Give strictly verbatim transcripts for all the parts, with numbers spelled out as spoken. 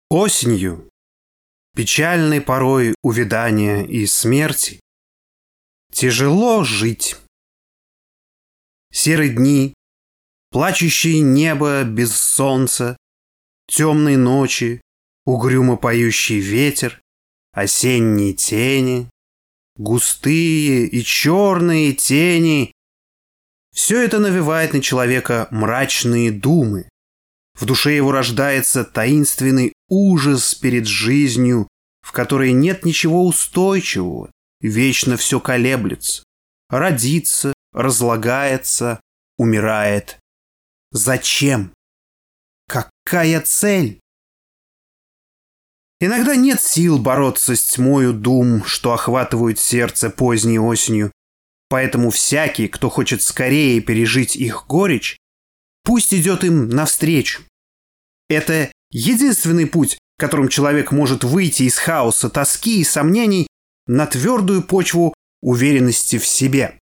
Осенью, печальной порой увядания и смерти, тяжело жить. Серые дни, плачущее небо без солнца, темные ночи, угрюмо поющий ветер, осенние тени, густые и черные тени. Все это навевает на человека мрачные думы. В душе его рождается таинственный ужас перед жизнью, в которой нет ничего устойчивого, вечно все колеблется, родится, разлагается, умирает. Зачем? Какая цель? Иногда нет сил бороться с тьмою дум, что охватывают сердце поздней осенью, поэтому всякий, кто хочет скорее пережить их горечь, пусть идет им навстречу. Это единственный путь, которым человек может выйти из хаоса тоски и сомнений на твердую почву уверенности в себе.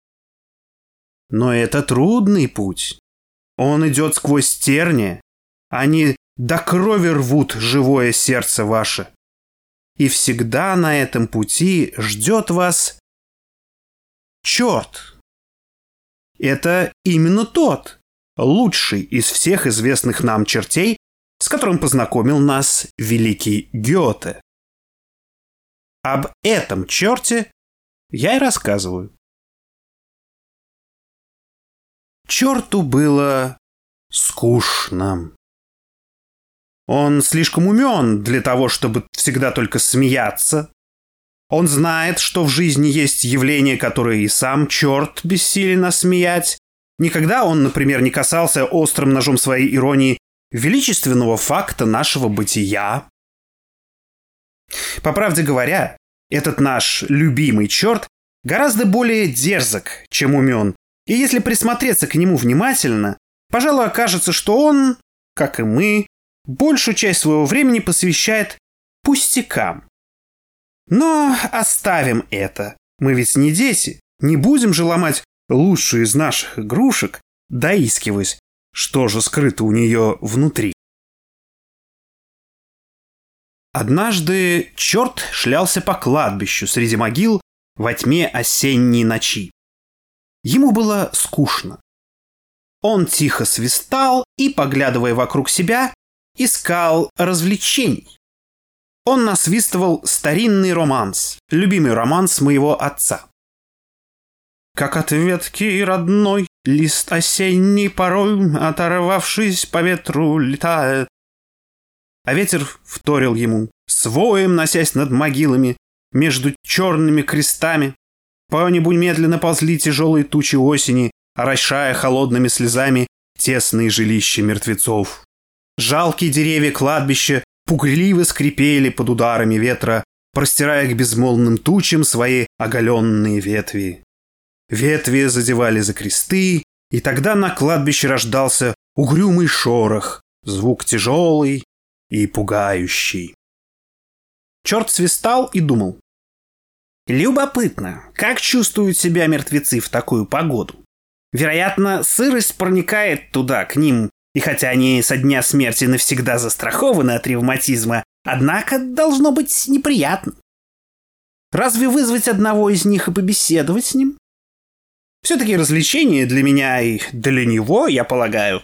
Но это трудный путь. Он идет сквозь терния. Они до крови рвут живое сердце ваше. И всегда на этом пути ждет вас черт. Это именно тот, лучший из всех известных нам чертей, с которым познакомил нас великий Гёте. Об этом черте я и рассказываю. Черту было скучно. Он слишком умен для того, чтобы всегда только смеяться. Он знает, что в жизни есть явления, которые и сам черт бессилен осмеять. Никогда он, например, не касался острым ножом своей иронии величественного факта нашего бытия. По правде говоря, этот наш любимый черт гораздо более дерзок, чем умен. И если присмотреться к нему внимательно, пожалуй, окажется, что он, как и мы, большую часть своего времени посвящает пустякам. Но оставим это. Мы ведь не дети. Не будем же ломать лучшую из наших игрушек, доискиваясь, что же скрыто у нее внутри. Однажды черт шлялся по кладбищу среди могил во тьме осенней ночи. Ему было скучно. Он тихо свистал и, поглядывая вокруг себя, искал развлечений. Он насвистывал старинный романс, любимый романс моего отца. Как от ветки родной лист осенний порой, оторвавшись по ветру, летает. А ветер вторил ему, своем носясь над могилами, между черными крестами. По небу медленно ползли тяжелые тучи осени, орошая холодными слезами тесные жилища мертвецов. Жалкие деревья кладбища пугливо скрипели под ударами ветра, простирая к безмолвным тучам свои оголенные ветви. Ветви задевали за кресты, и тогда на кладбище рождался угрюмый шорох, звук тяжелый и пугающий. Черт свистал и думал. Любопытно, как чувствуют себя мертвецы в такую погоду. Вероятно, сырость проникает туда, к ним, и хотя они со дня смерти навсегда застрахованы от ревматизма, однако должно быть неприятно. Разве вызвать одного из них и побеседовать с ним? Все-таки развлечение для меня и для него, я полагаю.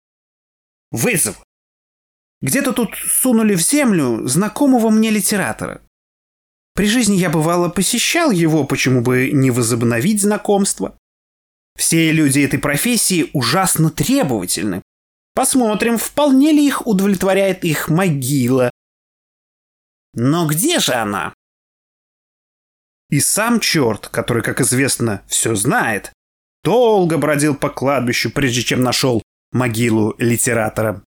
Вызов. Где-то тут сунули в землю знакомого мне литератора. При жизни я, бывало, посещал его, почему бы не возобновить знакомство. Все люди этой профессии ужасно требовательны. Посмотрим, вполне ли их удовлетворяет их могила. Но где же она? И сам черт, который, как известно, все знает, долго бродил по кладбищу, прежде чем нашел могилу литератора.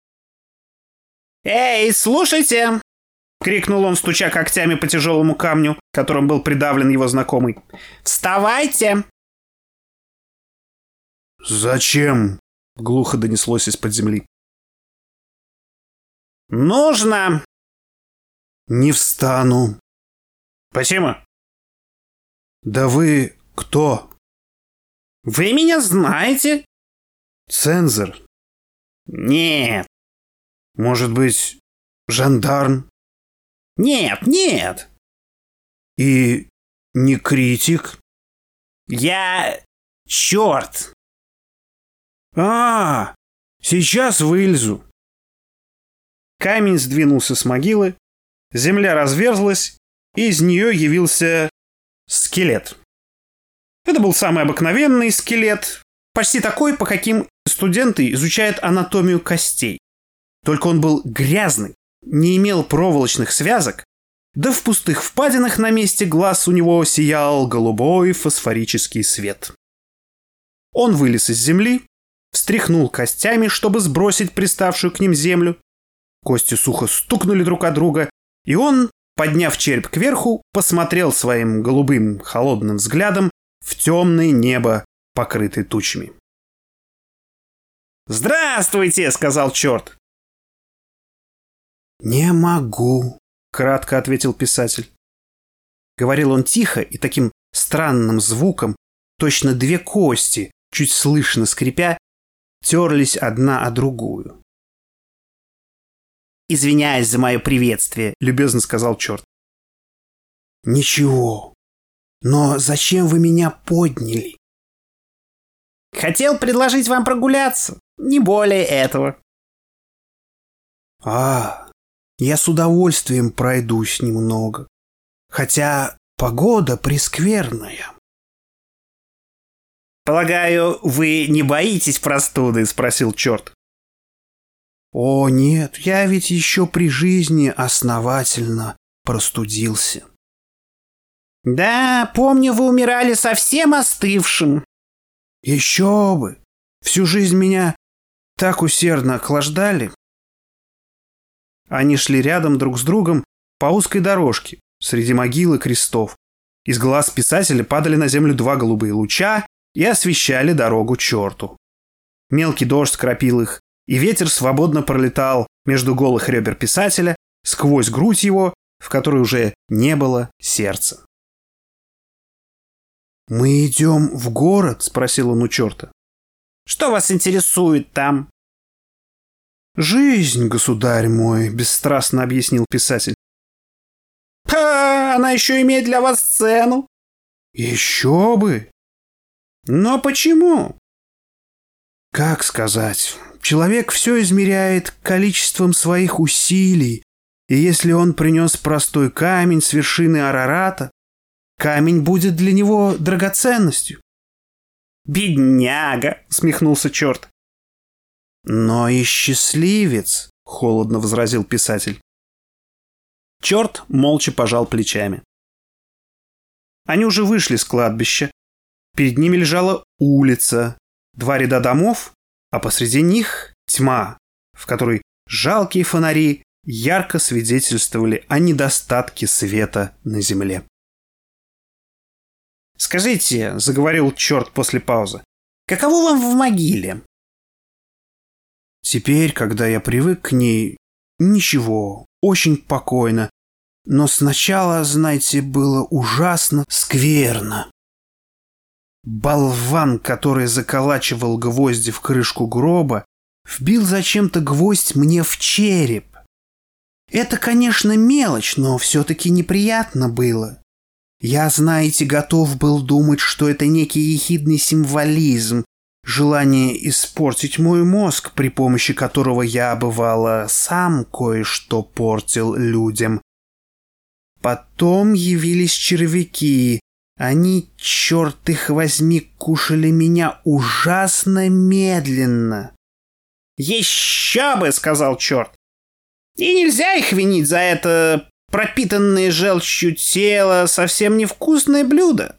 «Эй, слушайте!» — крикнул он, стуча когтями по тяжелому камню, которым был придавлен его знакомый. «Вставайте!» «Зачем?» — глухо донеслось из-под земли. «Нужно!» «Не встану». «Почему?» «Да вы кто?» «Вы меня знаете?» Цензор. «Нет». Может быть, жандарм? Нет, нет. И не критик? Я черт. А, сейчас вылезу. Камень сдвинулся с могилы, земля разверзлась, и из нее явился скелет. Это был самый обыкновенный скелет, почти такой, по каким студенты изучают анатомию костей. Только он был грязный, не имел проволочных связок, да в пустых впадинах на месте глаз у него сиял голубой фосфорический свет. Он вылез из земли, встряхнул костями, чтобы сбросить приставшую к ним землю. Кости сухо стукнули друг от друга, и он, подняв череп кверху, посмотрел своим голубым холодным взглядом в темное небо, покрытое тучами. «Здравствуйте!» — сказал черт. «Не могу», — кратко ответил писатель. Говорил он тихо и таким странным звуком, точно две кости, чуть слышно скрипя, терлись одна о другую. «Извиняюсь за мое приветствие», — любезно сказал черт. «Ничего. Но зачем вы меня подняли?» «Хотел предложить вам прогуляться. Не более этого». «А, я с удовольствием пройдусь немного. Хотя погода прескверная». «Полагаю, вы не боитесь простуды?» — спросил черт. «О, нет, я ведь еще при жизни основательно простудился». «Да, помню, вы умирали совсем остывшим». «Еще бы! Всю жизнь меня так усердно охлаждали». Они шли рядом друг с другом по узкой дорожке среди могил и крестов. Из глаз писателя падали на землю два голубые луча и освещали дорогу черту. Мелкий дождь кропил их, и ветер свободно пролетал между голых ребер писателя сквозь грудь его, в которой уже не было сердца. «Мы идем в город?» — спросил он у черта. «Что вас интересует там?» «Жизнь, государь мой», — бесстрастно объяснил писатель. «Ха, она еще имеет для вас цену». «Еще бы!» «Но почему?» «Как сказать? Человек все измеряет количеством своих усилий, и если он принес простой камень с вершины Арарата, камень будет для него драгоценностью». «Бедняга!» — усмехнулся черт. «Но и счастливец», — холодно возразил писатель. Черт молча пожал плечами. Они уже вышли с кладбища. Перед ними лежала улица, два ряда домов, а посреди них тьма, в которой жалкие фонари ярко свидетельствовали о недостатке света на земле. «Скажите», — заговорил черт после паузы, — «каково вам в могиле?» Теперь, когда я привык к ней, ничего, очень покойно. Но сначала, знаете, было ужасно скверно. Болван, который заколачивал гвозди в крышку гроба, вбил зачем-то гвоздь мне в череп. Это, конечно, мелочь, но все-таки неприятно было. Я, знаете, готов был думать, что это некий ехидный символизм, желание испортить мой мозг, при помощи которого я, бывало, сам кое-что портил людям. Потом явились червяки. Они, черт их возьми, кушали меня ужасно медленно. «Еще бы!» — сказал черт. «И нельзя их винить за это пропитанное желчью тело, совсем невкусное блюдо».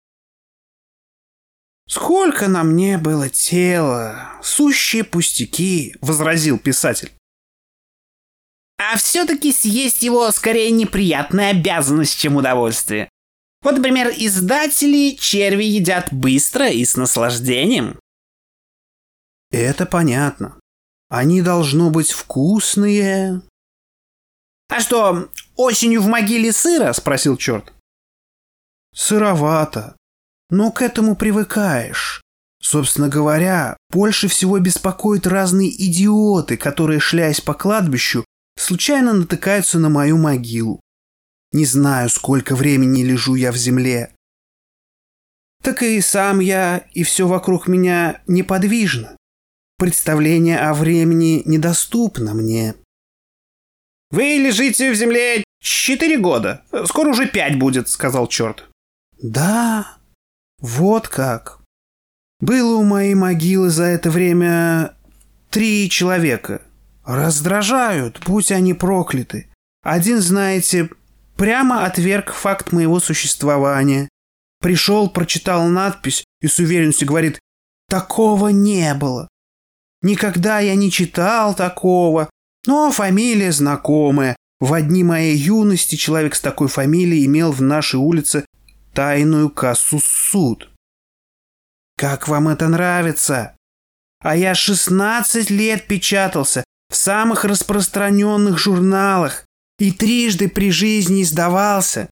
«Сколько на мне было тела, сущие пустяки», — возразил писатель. «А все-таки съесть его скорее неприятная обязанность, чем удовольствие. Вот, например, издатели черви едят быстро и с наслаждением». «Это понятно. Они должно быть вкусные». «А что, осенью в могиле сыро?» — спросил черт. «Сыровато. Но к этому привыкаешь. Собственно говоря, больше всего беспокоят разные идиоты, которые, шляясь по кладбищу, случайно натыкаются на мою могилу. Не знаю, сколько времени лежу я в земле. Так и сам я, и все вокруг меня неподвижно. Представление о времени недоступно мне. «Вы лежите в земле четыре года. Скоро уже пять будет», — сказал черт. «Да, вот как. Было у моей могилы за это время три человека. Раздражают, будь они прокляты. Один, знаете, прямо отверг факт моего существования. Пришел, прочитал надпись и с уверенностью говорит: такого не было. Никогда я не читал такого, но фамилия знакомая. В дни моей юности человек с такой фамилией имел в нашей улице тайную кассу суд. Как вам это нравится? А я шестнадцать лет печатался в самых распространенных журналах и трижды при жизни издавался.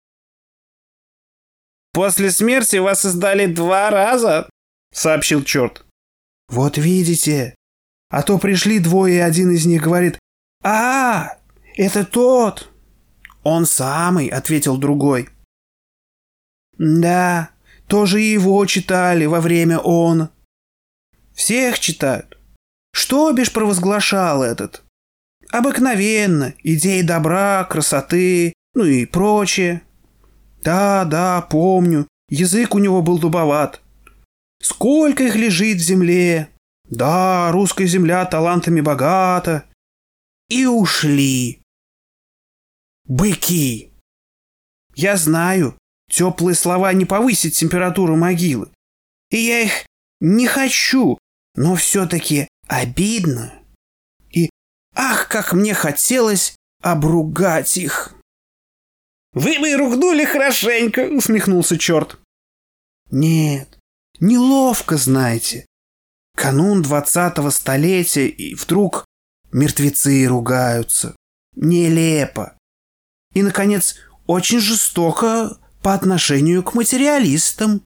«После смерти вас издали два раза», — сообщил черт. «Вот видите. А то пришли двое, и один из них говорит: «А, это тот!» «Он самый», — ответил другой. «Да, тоже его читали во время он. Всех читают. Что бишь провозглашал этот? Обыкновенно, идеи добра, красоты, ну и прочее. Да, да, помню, язык у него был дубоват. Сколько их лежит в земле. Да, русская земля талантами богата. И ушли. Быки. Я знаю, теплые слова не повысят температуру могилы. И я их не хочу, но все-таки обидно. И ах, как мне хотелось обругать их. «Вы бы ругнули хорошенько», — усмехнулся черт. «Нет, неловко, знаете. Канун двадцатого столетия, и вдруг мертвецы ругаются. Нелепо. И, наконец, очень жестоко по отношению к материалистам».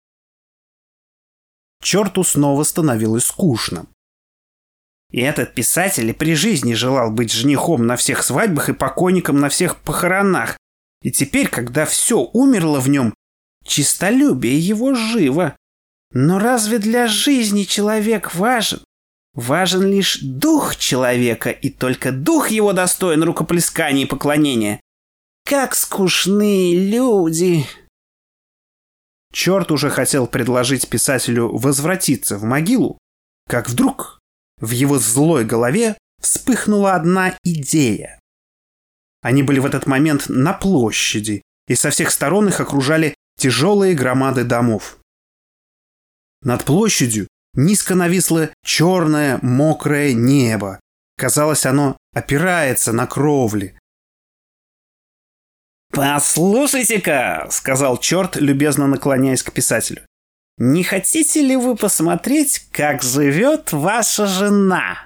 Черту снова становилось скучно. И этот писатель и при жизни желал быть женихом на всех свадьбах и покойником на всех похоронах. И теперь, когда все умерло в нем, честолюбие его живо. Но разве для жизни человек важен? Важен лишь дух человека, и только дух его достоин рукоплескания и поклонения. Как скучны люди! Черт уже хотел предложить писателю возвратиться в могилу, как вдруг в его злой голове вспыхнула одна идея. Они были в этот момент на площади, и со всех сторон их окружали тяжелые громады домов. Над площадью низко нависло черное мокрое небо. Казалось, оно опирается на кровли. «Послушайте-ка», — сказал черт, любезно наклоняясь к писателю, — «не хотите ли вы посмотреть, как живет ваша жена?»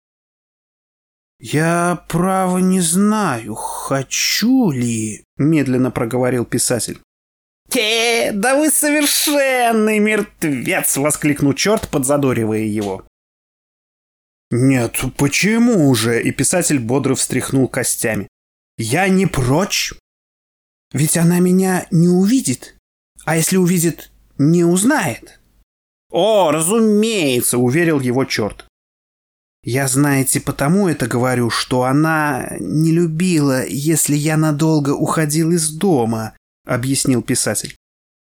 «Я, право, не знаю, хочу ли», — медленно проговорил писатель. «Те, да вы совершенный мертвец!» — воскликнул черт, подзадоривая его. «Нет, почему же?» — и писатель бодро встряхнул костями. «Я не прочь. Ведь она меня не увидит. А если увидит, не узнает». «О, разумеется!» — уверил его черт. «Я, знаете, потому это говорю, что она не любила, если я надолго уходил из дома», — объяснил писатель.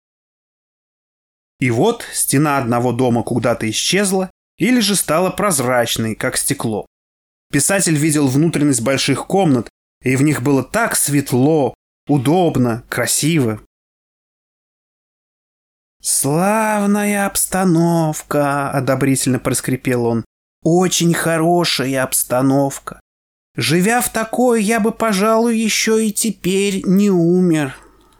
И вот стена одного дома куда-то исчезла или же стала прозрачной, как стекло. Писатель видел внутренность больших комнат, и в них было так светло, удобно, красиво. «Славная обстановка», — одобрительно проскрипел он. «Очень хорошая обстановка. Живя в такой, я бы, пожалуй, еще и теперь не умер».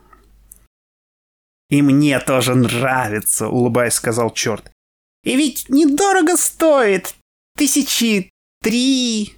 «И мне тоже нравится», — улыбаясь, сказал черт. «И ведь недорого стоит. Тысячи три».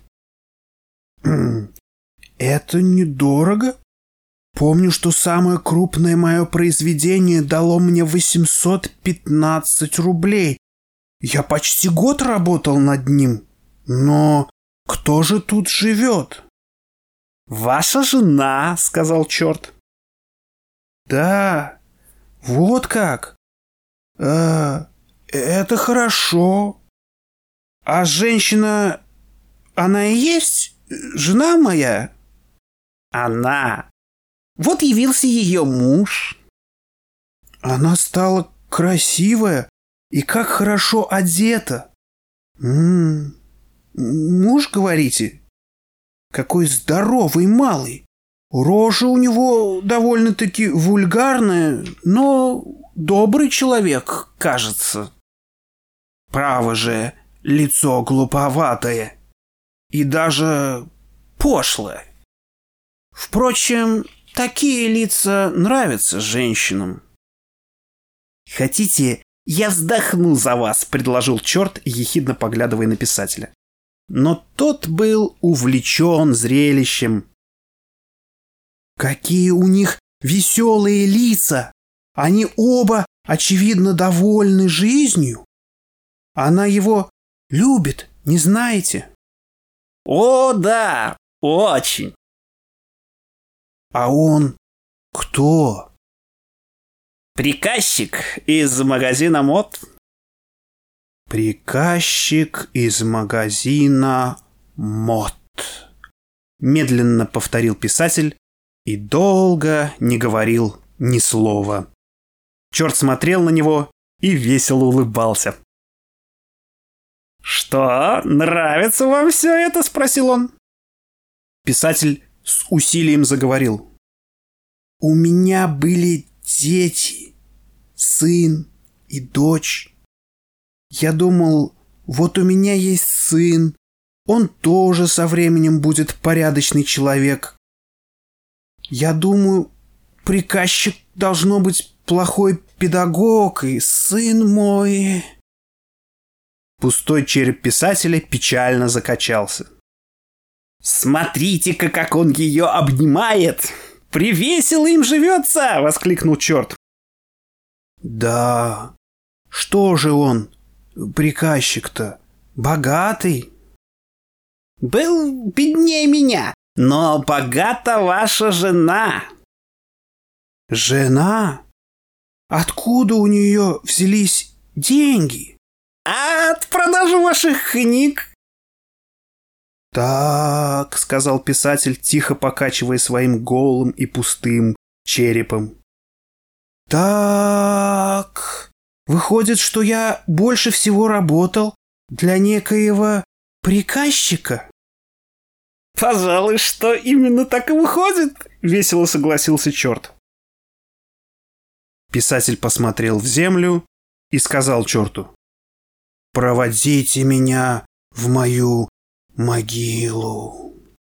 «Это недорого? Помню, что самое крупное мое произведение дало мне восемьсот пятнадцать рублей. Я почти год работал над ним. Но кто же тут живет?» «Ваша жена», — сказал черт. «Да, вот как. А, это хорошо. А женщина, она и есть жена моя?» «Она. Вот явился ее муж». «Она стала красивая и как хорошо одета. М-м, муж, говорите? Какой здоровый малый. Рожа у него довольно-таки вульгарная, но добрый человек, кажется. Право же, лицо глуповатое и даже пошлое. Впрочем, такие лица нравятся женщинам». «Хотите, я вздохну за вас», — предложил черт, ехидно поглядывая на писателя. Но тот был увлечен зрелищем. «Какие у них веселые лица! Они оба, очевидно, довольны жизнью. Она его любит, не знаете?» «О, да, очень». «А он кто?» «Приказчик из магазина мод». «Приказчик из магазина мод», — медленно повторил писатель и долго не говорил ни слова. Черт смотрел на него и весело улыбался. «Что, нравится вам все это?» — спросил он. Писатель с усилием заговорил. «У меня были дети, сын и дочь. Я думал, вот у меня есть сын, он тоже со временем будет порядочный человек. Я думаю, приказчик должно быть плохой педагог, и сын мой...» Пустой череп писателя печально закачался. «Смотрите-ка, как он ее обнимает! Привесело им живется!» — воскликнул черт. «Да, что же он, приказчик-то, богатый?» «Был беднее меня, но богата ваша жена». «Жена? Откуда у нее взялись деньги?» «А от продажи ваших книг». «Так», — сказал писатель, тихо покачивая своим голым и пустым черепом. «Так, выходит, что я больше всего работал для некоего приказчика?» «Пожалуй, что именно так и выходит», — весело согласился черт. Писатель посмотрел в землю и сказал черту: «Проводите меня в мою могилу».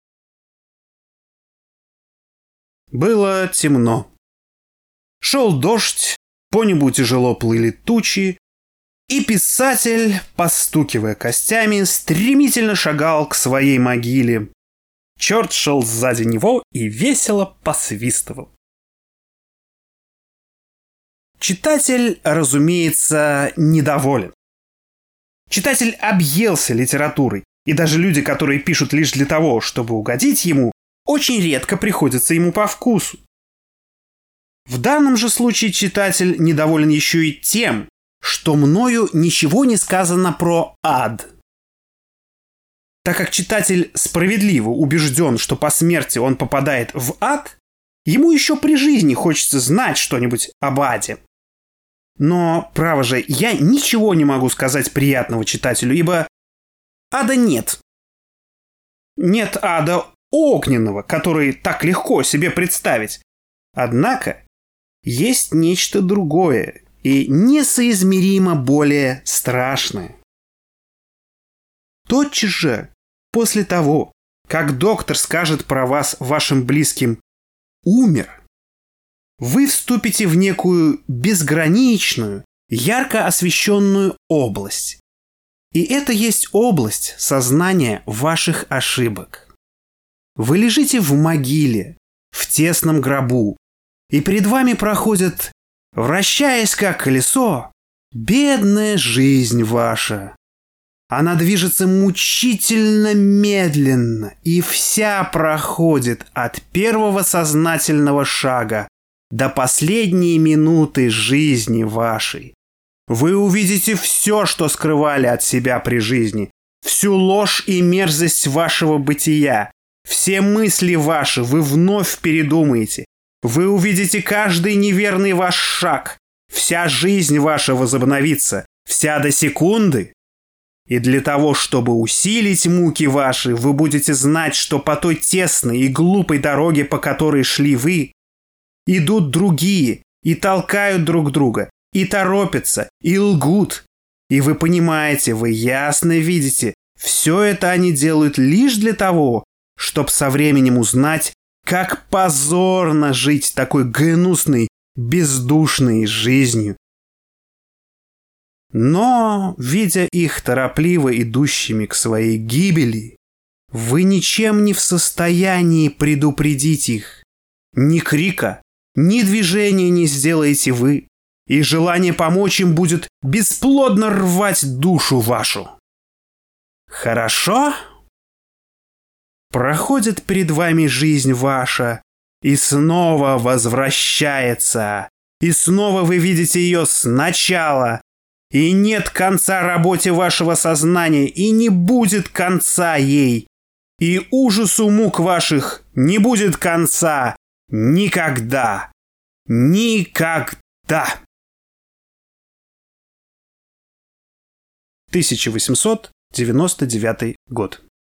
Было темно. Шел дождь, по небу тяжело плыли тучи, и писатель, постукивая костями, стремительно шагал к своей могиле. Черт шел сзади него и весело посвистывал. Читатель, разумеется, недоволен. Читатель объелся литературой, и даже люди, которые пишут лишь для того, чтобы угодить ему, очень редко приходятся ему по вкусу. В данном же случае читатель недоволен еще и тем, что мною ничего не сказано про ад. Так как читатель справедливо убежден, что по смерти он попадает в ад, ему еще при жизни хочется знать что-нибудь об аде. Но, право же, я ничего не могу сказать приятного читателю, ибо ада нет. Нет ада огненного, который так легко себе представить. Однако есть нечто другое и несоизмеримо более страшное. Тотчас же, после того, как доктор скажет про вас вашим близким «умер», вы вступите в некую безграничную, ярко освещенную область. И это есть область сознания ваших ошибок. Вы лежите в могиле, в тесном гробу, и перед вами проходит, вращаясь как колесо, бедная жизнь ваша. Она движется мучительно медленно и вся проходит от первого сознательного шага до последней минуты жизни вашей. Вы увидите все, что скрывали от себя при жизни, всю ложь и мерзость вашего бытия, все мысли ваши вы вновь передумаете. Вы увидите каждый неверный ваш шаг, вся жизнь ваша возобновится, вся до секунды. И для того, чтобы усилить муки ваши, вы будете знать, что по той тесной и глупой дороге, по которой шли вы, идут другие и толкают друг друга, и торопятся, и лгут. И вы понимаете, вы ясно видите, все это они делают лишь для того, чтобы со временем узнать, как позорно жить такой гнусной, бездушной жизнью. Но, видя их торопливо идущими к своей гибели, вы ничем не в состоянии предупредить их. Ни крика, ни движения не сделаете вы, и желание помочь им будет бесплодно рвать душу вашу. Хорошо? Проходит перед вами жизнь ваша и снова возвращается, и снова вы видите ее сначала, и нет конца работе вашего сознания, и не будет конца ей, и ужасу мук ваших не будет конца никогда, никогда. тысяча восемьсот девяносто девятый год.